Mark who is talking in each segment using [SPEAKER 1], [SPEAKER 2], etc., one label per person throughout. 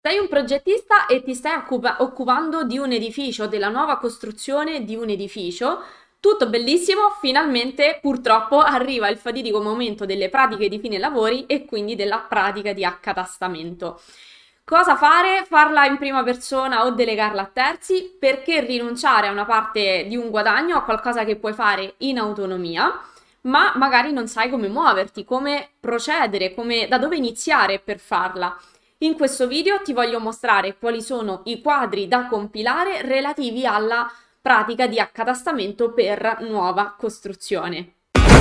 [SPEAKER 1] Sei un progettista e ti stai occupando di un edificio, della nuova costruzione di un edificio. Tutto bellissimo, finalmente purtroppo arriva il fatidico momento delle pratiche di fine lavori e quindi della pratica di accatastamento. Cosa fare? Farla in prima persona o delegarla a terzi? Perché rinunciare a una parte di un guadagno, a qualcosa che puoi fare in autonomia, ma magari non sai come muoverti, come procedere, da dove iniziare per farla. In questo video ti voglio mostrare quali sono i quadri da compilare relativi alla pratica di accatastamento per nuova costruzione.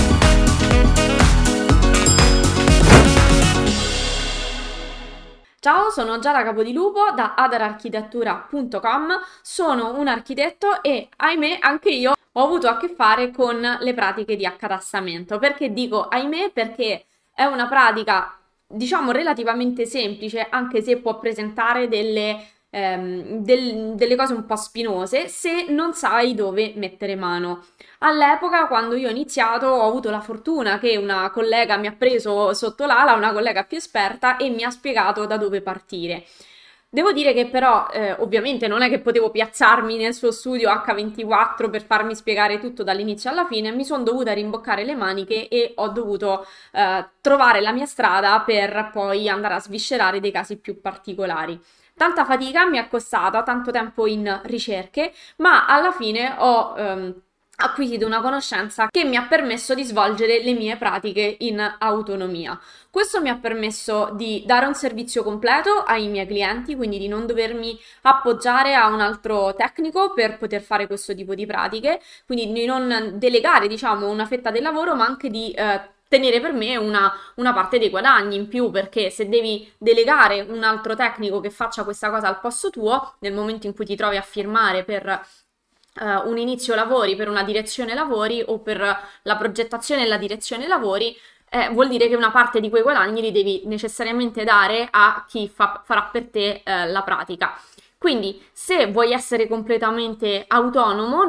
[SPEAKER 1] Ciao, sono Giada Capodilupo da adararchitettura.com, sono un architetto e ahimè anche io ho avuto a che fare con le pratiche di accatastamento. Perché dico ahimè? Perché è una pratica, diciamo, relativamente semplice, anche se può presentare delle cose un po' spinose se non sai dove mettere mano. All'epoca, quando io ho iniziato, ho avuto la fortuna che una collega mi ha preso sotto l'ala, una collega più esperta, e mi ha spiegato da dove partire. Devo dire che però, ovviamente non è che potevo piazzarmi nel suo studio H24 per farmi spiegare tutto dall'inizio alla fine, mi sono dovuta rimboccare le maniche e ho dovuto trovare la mia strada per poi andare a sviscerare dei casi più particolari. Tanta fatica mi è costata, tanto tempo in ricerche, ma alla fine ho acquisito una conoscenza che mi ha permesso di svolgere le mie pratiche in autonomia. Questo mi ha permesso di dare un servizio completo ai miei clienti, quindi di non dovermi appoggiare a un altro tecnico per poter fare questo tipo di pratiche, quindi di non delegare, diciamo, una fetta del lavoro, ma anche di tenere per me una parte dei guadagni in più, perché se devi delegare un altro tecnico che faccia questa cosa al posto tuo, nel momento in cui ti trovi a firmare per un inizio lavori, per una direzione lavori o per la progettazione e la direzione lavori, vuol dire che una parte di quei guadagni li devi necessariamente dare a chi farà per te la pratica. Quindi, se vuoi essere completamente autonomo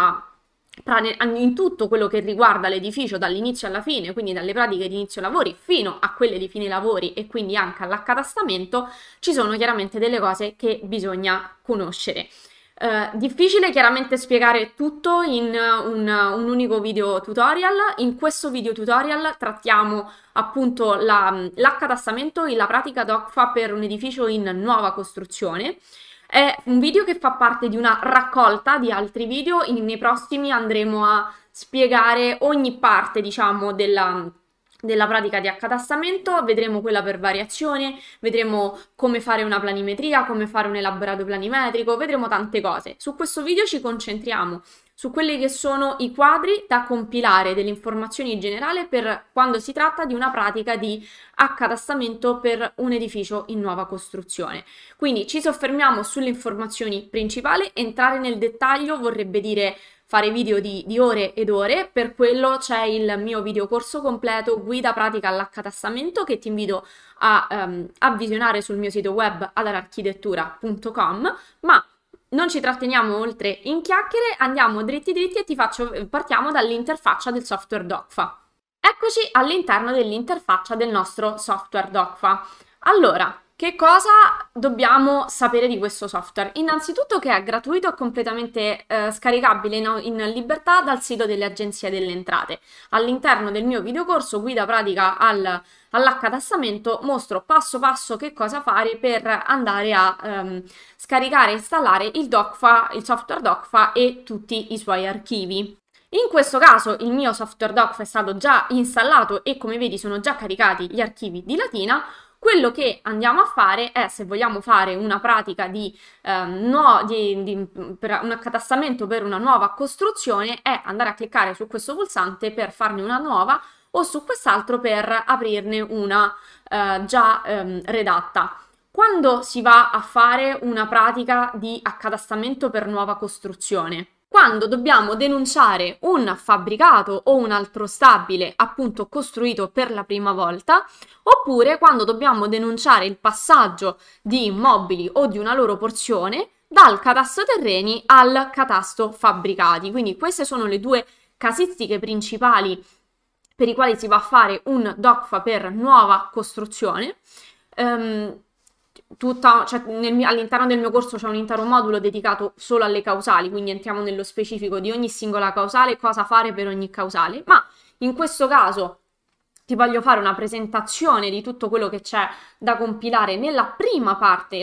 [SPEAKER 1] in tutto quello che riguarda l'edificio dall'inizio alla fine, quindi dalle pratiche di inizio lavori fino a quelle di fine lavori e quindi anche all'accatastamento, ci sono chiaramente delle cose che bisogna conoscere. Difficile chiaramente spiegare tutto in un unico video tutorial. In questo video tutorial trattiamo appunto l'accatastamento e la pratica DOCFA per un edificio in nuova costruzione. È un video che fa parte di una raccolta di altri video. Nei prossimi andremo a spiegare ogni parte, diciamo, della pratica di accatastamento, vedremo quella per variazione, vedremo come fare una planimetria, come fare un elaborato planimetrico, vedremo tante cose. Su questo video ci concentriamo su quelli che sono i quadri da compilare, delle informazioni generali per quando si tratta di una pratica di accatastamento per un edificio in nuova costruzione. Quindi ci soffermiamo sulle informazioni principali. Entrare nel dettaglio vorrebbe dire fare video di ore ed ore. Per quello c'è il mio videocorso completo Guida pratica all'accatastamento, che ti invito a visionare sul mio sito web adararchitettura.com, ma non ci tratteniamo oltre in chiacchiere, andiamo dritti e partiamo dall'interfaccia del software DOCFA. Eccoci all'interno dell'interfaccia del nostro software DOCFA. Allora, che cosa dobbiamo sapere di questo software? Innanzitutto che è gratuito e completamente scaricabile in libertà dal sito delle agenzie delle entrate. All'interno del mio videocorso Guida pratica all'accatastamento mostro passo passo che cosa fare per andare a scaricare e installare il software DOCFA e tutti i suoi archivi. In questo caso il mio software DOCFA è stato già installato e, come vedi, sono già caricati gli archivi di Latina. Quello che andiamo a fare è, se vogliamo fare una pratica per un accatastamento per una nuova costruzione, è andare a cliccare su questo pulsante per farne una nuova o su quest'altro per aprirne una già redatta. Quando si va a fare una pratica di accatastamento per nuova costruzione? Quando dobbiamo denunciare un fabbricato o un altro stabile appunto costruito per la prima volta, oppure quando dobbiamo denunciare il passaggio di immobili o di una loro porzione dal catasto terreni al catasto fabbricati. Quindi queste sono le due casistiche principali per i quali si va a fare un DOCFA per nuova costruzione. cioè all'interno del mio corso c'è un intero modulo dedicato solo alle causali, quindi entriamo nello specifico di ogni singola causale, cosa fare per ogni causale, ma in questo caso ti voglio fare una presentazione di tutto quello che c'è da compilare nella prima parte,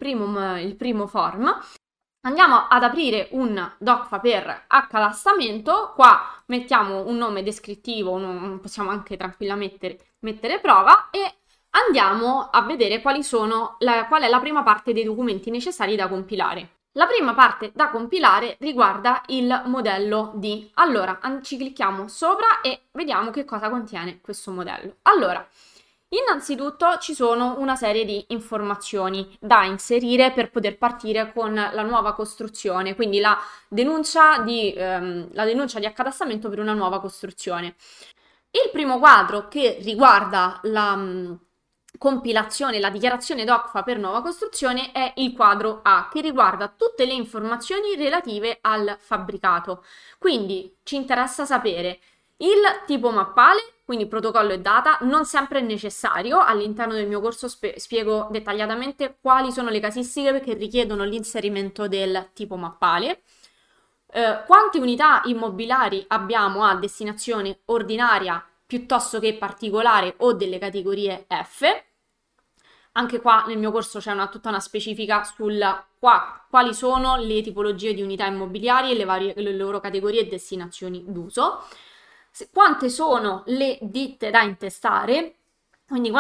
[SPEAKER 1] il primo form. Andiamo ad aprire un DOCFA per accadastamento, qua mettiamo un nome descrittivo, possiamo anche tranquillamente mettere prova e andiamo a vedere qual è la prima parte dei documenti necessari da compilare. La prima parte da compilare riguarda il modello D. Allora, ci clicchiamo sopra e vediamo che cosa contiene questo modello. Allora, innanzitutto ci sono una serie di informazioni da inserire per poter partire con la nuova costruzione, quindi la denuncia di accadastamento per una nuova costruzione. Il primo quadro che riguarda la compilazione, la dichiarazione DOCFA per nuova costruzione è il quadro A, che riguarda tutte le informazioni relative al fabbricato. Quindi ci interessa sapere il tipo mappale, quindi protocollo e data, non sempre è necessario. All'interno del mio corso spiego dettagliatamente quali sono le casistiche che richiedono l'inserimento del tipo mappale. Quante unità immobiliari abbiamo a destinazione ordinaria piuttosto che particolare o delle categorie F. Anche qua nel mio corso c'è tutta una specifica quali sono le tipologie di unità immobiliari e le loro categorie e destinazioni d'uso. Quante sono le ditte da intestare, quindi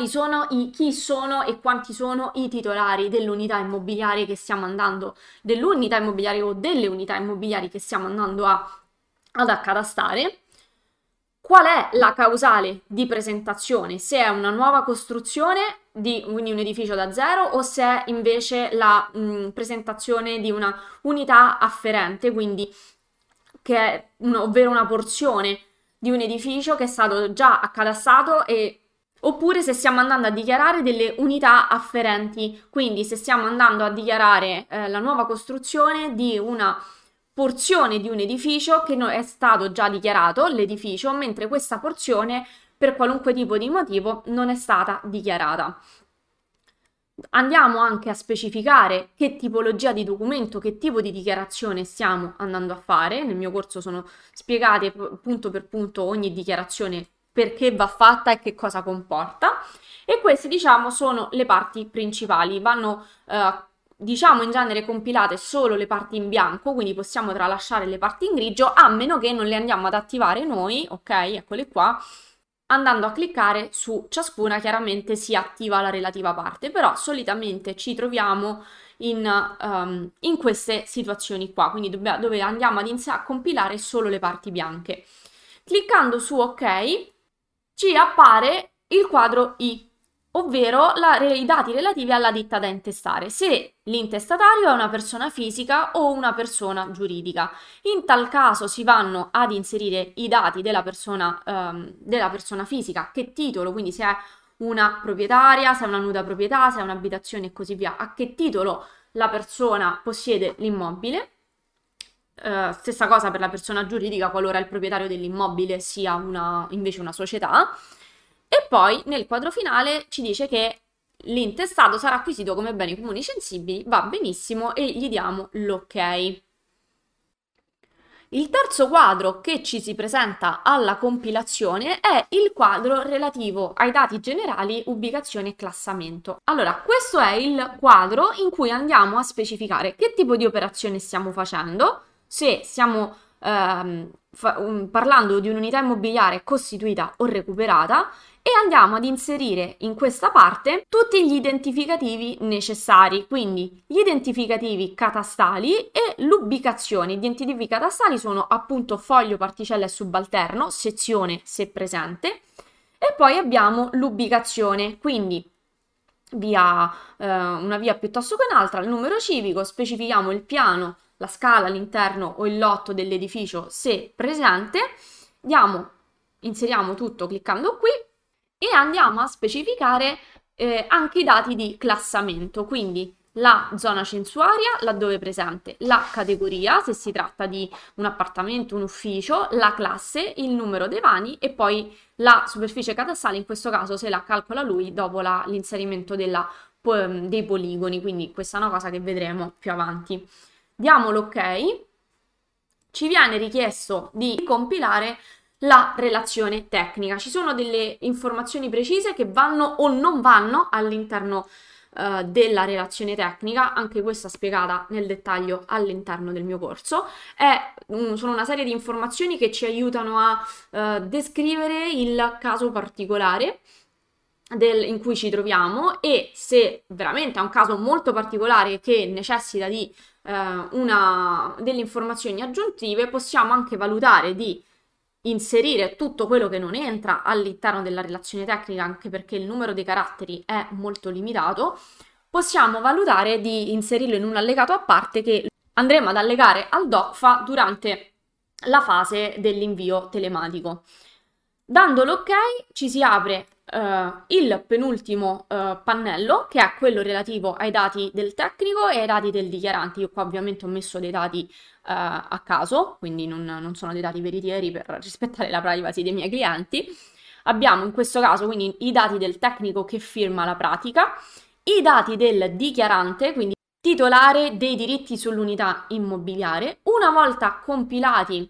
[SPEAKER 1] chi sono e quanti sono i titolari dell'unità immobiliare che stiamo andando, dell'unità immobiliare o delle unità immobiliari che stiamo andando ad accadastare. Qual è la causale di presentazione? Se è una nuova costruzione, quindi un edificio da zero, o se è invece la presentazione di una unità afferente, quindi ovvero una porzione di un edificio che è stato già accadastato oppure se stiamo andando a dichiarare delle unità afferenti, quindi se stiamo andando a dichiarare la nuova costruzione di una porzione di un edificio che è stato già dichiarato l'edificio, mentre questa porzione per qualunque tipo di motivo non è stata dichiarata. Andiamo anche a specificare che tipologia di documento, che tipo di dichiarazione stiamo andando a fare. Nel mio corso sono spiegate punto per punto ogni dichiarazione, perché va fatta e che cosa comporta. E queste, diciamo, sono le parti principali. Vanno diciamo in genere compilate solo le parti in bianco, quindi possiamo tralasciare le parti in grigio, a meno che non le andiamo ad attivare noi, ok? Eccole qua. Andando a cliccare su ciascuna chiaramente si attiva la relativa parte, però solitamente ci troviamo in queste situazioni qua, quindi dove andiamo ad iniziare a compilare solo le parti bianche. Cliccando su ok ci appare il quadro I, ovvero i dati relativi alla ditta da intestare, se l'intestatario è una persona fisica o una persona giuridica. In tal caso si vanno ad inserire i dati della persona fisica, che titolo, quindi se è una proprietaria, se è una nuda proprietà, se è un'abitazione e così via, a che titolo la persona possiede l'immobile. Stessa cosa per la persona giuridica qualora il proprietario dell'immobile sia invece una società. E poi nel quadro finale ci dice che l'intestato sarà acquisito come beni comuni censibili, va benissimo e gli diamo l'ok. Il terzo quadro che ci si presenta alla compilazione è il quadro relativo ai dati generali, ubicazione e classamento. Allora, questo è il quadro in cui andiamo a specificare che tipo di operazione stiamo facendo, se stiamo parlando di un'unità immobiliare costituita o recuperata, e andiamo ad inserire in questa parte tutti gli identificativi necessari, quindi gli identificativi catastali e l'ubicazione. Gli identificativi catastali sono appunto foglio, particella e subalterno, sezione se presente, e poi abbiamo l'ubicazione, quindi una via piuttosto che un'altra, il numero civico, specifichiamo il piano, la scala, l'interno o il lotto dell'edificio se presente, inseriamo tutto cliccando qui e andiamo a specificare anche i dati di classamento, quindi la zona censuaria laddove è presente, la categoria se si tratta di un appartamento, un ufficio, la classe, il numero dei vani e poi la superficie catastale, in questo caso se la calcola lui dopo l'inserimento della dei poligoni, quindi questa è una cosa che vedremo più avanti. Diamo l'ok, ci viene richiesto di compilare la relazione tecnica. Ci sono delle informazioni precise che vanno o non vanno all'interno della relazione tecnica, anche questa spiegata nel dettaglio all'interno del mio corso. Sono una serie di informazioni che ci aiutano a descrivere il caso particolare in cui ci troviamo, e se veramente è un caso molto particolare che necessita di delle informazioni aggiuntive, possiamo anche valutare di inserire tutto quello che non entra all'interno della relazione tecnica, anche perché il numero dei caratteri è molto limitato. Possiamo valutare di inserirlo in un allegato a parte che andremo ad allegare al DOCFA durante la fase dell'invio telematico. Dando l'ok ci si apre il penultimo pannello, che è quello relativo ai dati del tecnico e ai dati del dichiarante. Io qua ovviamente ho messo dei dati a caso, quindi non sono dei dati veritieri per rispettare la privacy dei miei clienti. Abbiamo in questo caso quindi i dati del tecnico che firma la pratica, i dati del dichiarante, quindi titolare dei diritti sull'unità immobiliare. Una volta compilati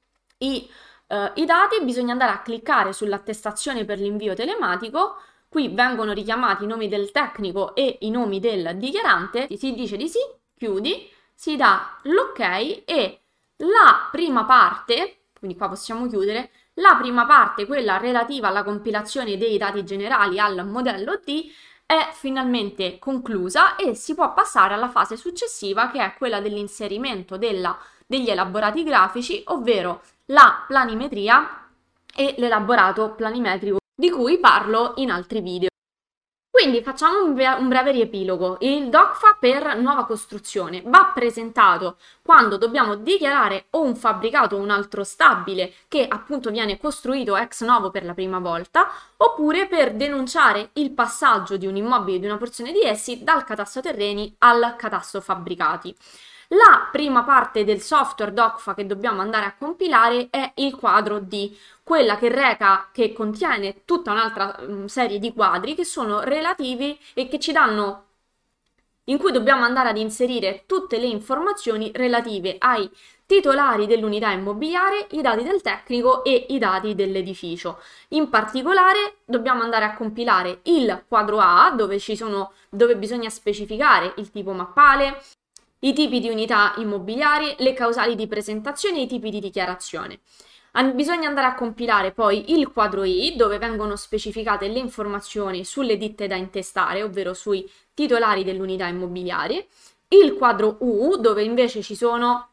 [SPEAKER 1] i dati, bisogna andare a cliccare sull'attestazione per l'invio telematico. Qui vengono richiamati i nomi del tecnico e i nomi del dichiarante, si dice di sì, chiudi, si dà l'ok e la prima parte, quindi qua possiamo chiudere, la prima parte, quella relativa alla compilazione dei dati generali al modello D, è finalmente conclusa e si può passare alla fase successiva, che è quella dell'inserimento degli elaborati grafici, ovvero la planimetria e l'elaborato planimetrico di cui parlo in altri video. Quindi facciamo un breve riepilogo. Il DOCFA per nuova costruzione va presentato quando dobbiamo dichiarare o un fabbricato o un altro stabile che appunto viene costruito ex novo per la prima volta, oppure per denunciare il passaggio di un immobile, di una porzione di essi, dal catasto terreni al catasto fabbricati. La prima parte del software DOCFA che dobbiamo andare a compilare è il quadro D, quella che contiene tutta un'altra serie di quadri che sono relativi e che ci danno, in cui dobbiamo andare ad inserire tutte le informazioni relative ai titolari dell'unità immobiliare, i dati del tecnico e i dati dell'edificio. In particolare dobbiamo andare a compilare il quadro A, dove bisogna specificare il tipo mappale, i tipi di unità immobiliari, le causali di presentazione e i tipi di dichiarazione. Bisogna andare a compilare poi il quadro I, dove vengono specificate le informazioni sulle ditte da intestare, ovvero sui titolari dell'unità immobiliare, il quadro U, dove invece ci sono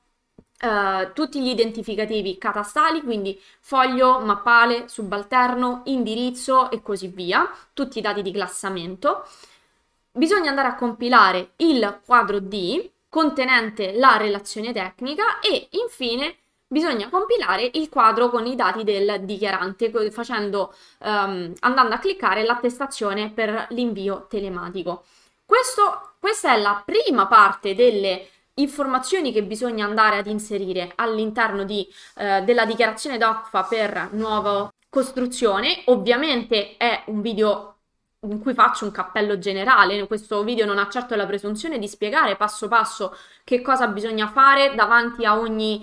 [SPEAKER 1] tutti gli identificativi catastali, quindi foglio, mappale, subalterno, indirizzo e così via, tutti i dati di classamento. Bisogna andare a compilare il quadro D, contenente la relazione tecnica, e infine bisogna compilare il quadro con i dati del dichiarante, andando a cliccare l'attestazione per l'invio telematico. Questa è la prima parte delle informazioni che bisogna andare ad inserire all'interno della dichiarazione DOCFA per nuova costruzione. Ovviamente è un video in cui faccio un cappello generale. Questo video non ha certo la presunzione di spiegare passo passo che cosa bisogna fare davanti a ogni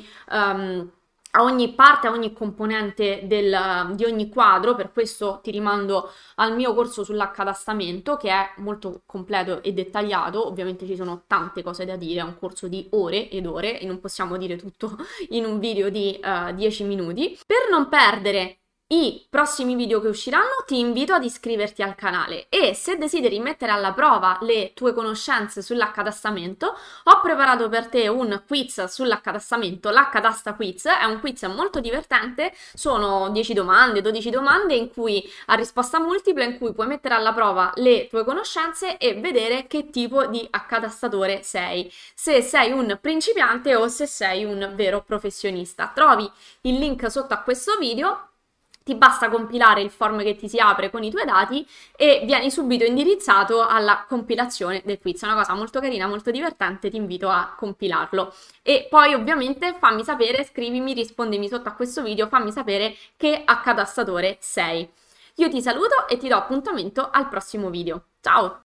[SPEAKER 1] parte, a ogni componente di ogni quadro. Per questo ti rimando al mio corso sull'accatastamento, che è molto completo e dettagliato. Ovviamente ci sono tante cose da dire, è un corso di ore ed ore e non possiamo dire tutto in un video di 10 minuti. Per non perdere i prossimi video che usciranno, ti invito ad iscriverti al canale, e se desideri mettere alla prova le tue conoscenze sull'accatastamento, ho preparato per te un quiz sull'accatastamento, l'Accatasta Quiz. È un quiz molto divertente, sono 10 domande, 12 domande a risposta multipla, in cui puoi mettere alla prova le tue conoscenze e vedere che tipo di accatastatore sei, se sei un principiante o se sei un vero professionista. Trovi il link sotto a questo video. Ti basta compilare il form che ti si apre con i tuoi dati e vieni subito indirizzato alla compilazione del quiz. È una cosa molto carina, molto divertente, ti invito a compilarlo. E poi ovviamente fammi sapere, scrivimi, rispondimi sotto a questo video, fammi sapere che accatastatore sei. Io ti saluto e ti do appuntamento al prossimo video. Ciao!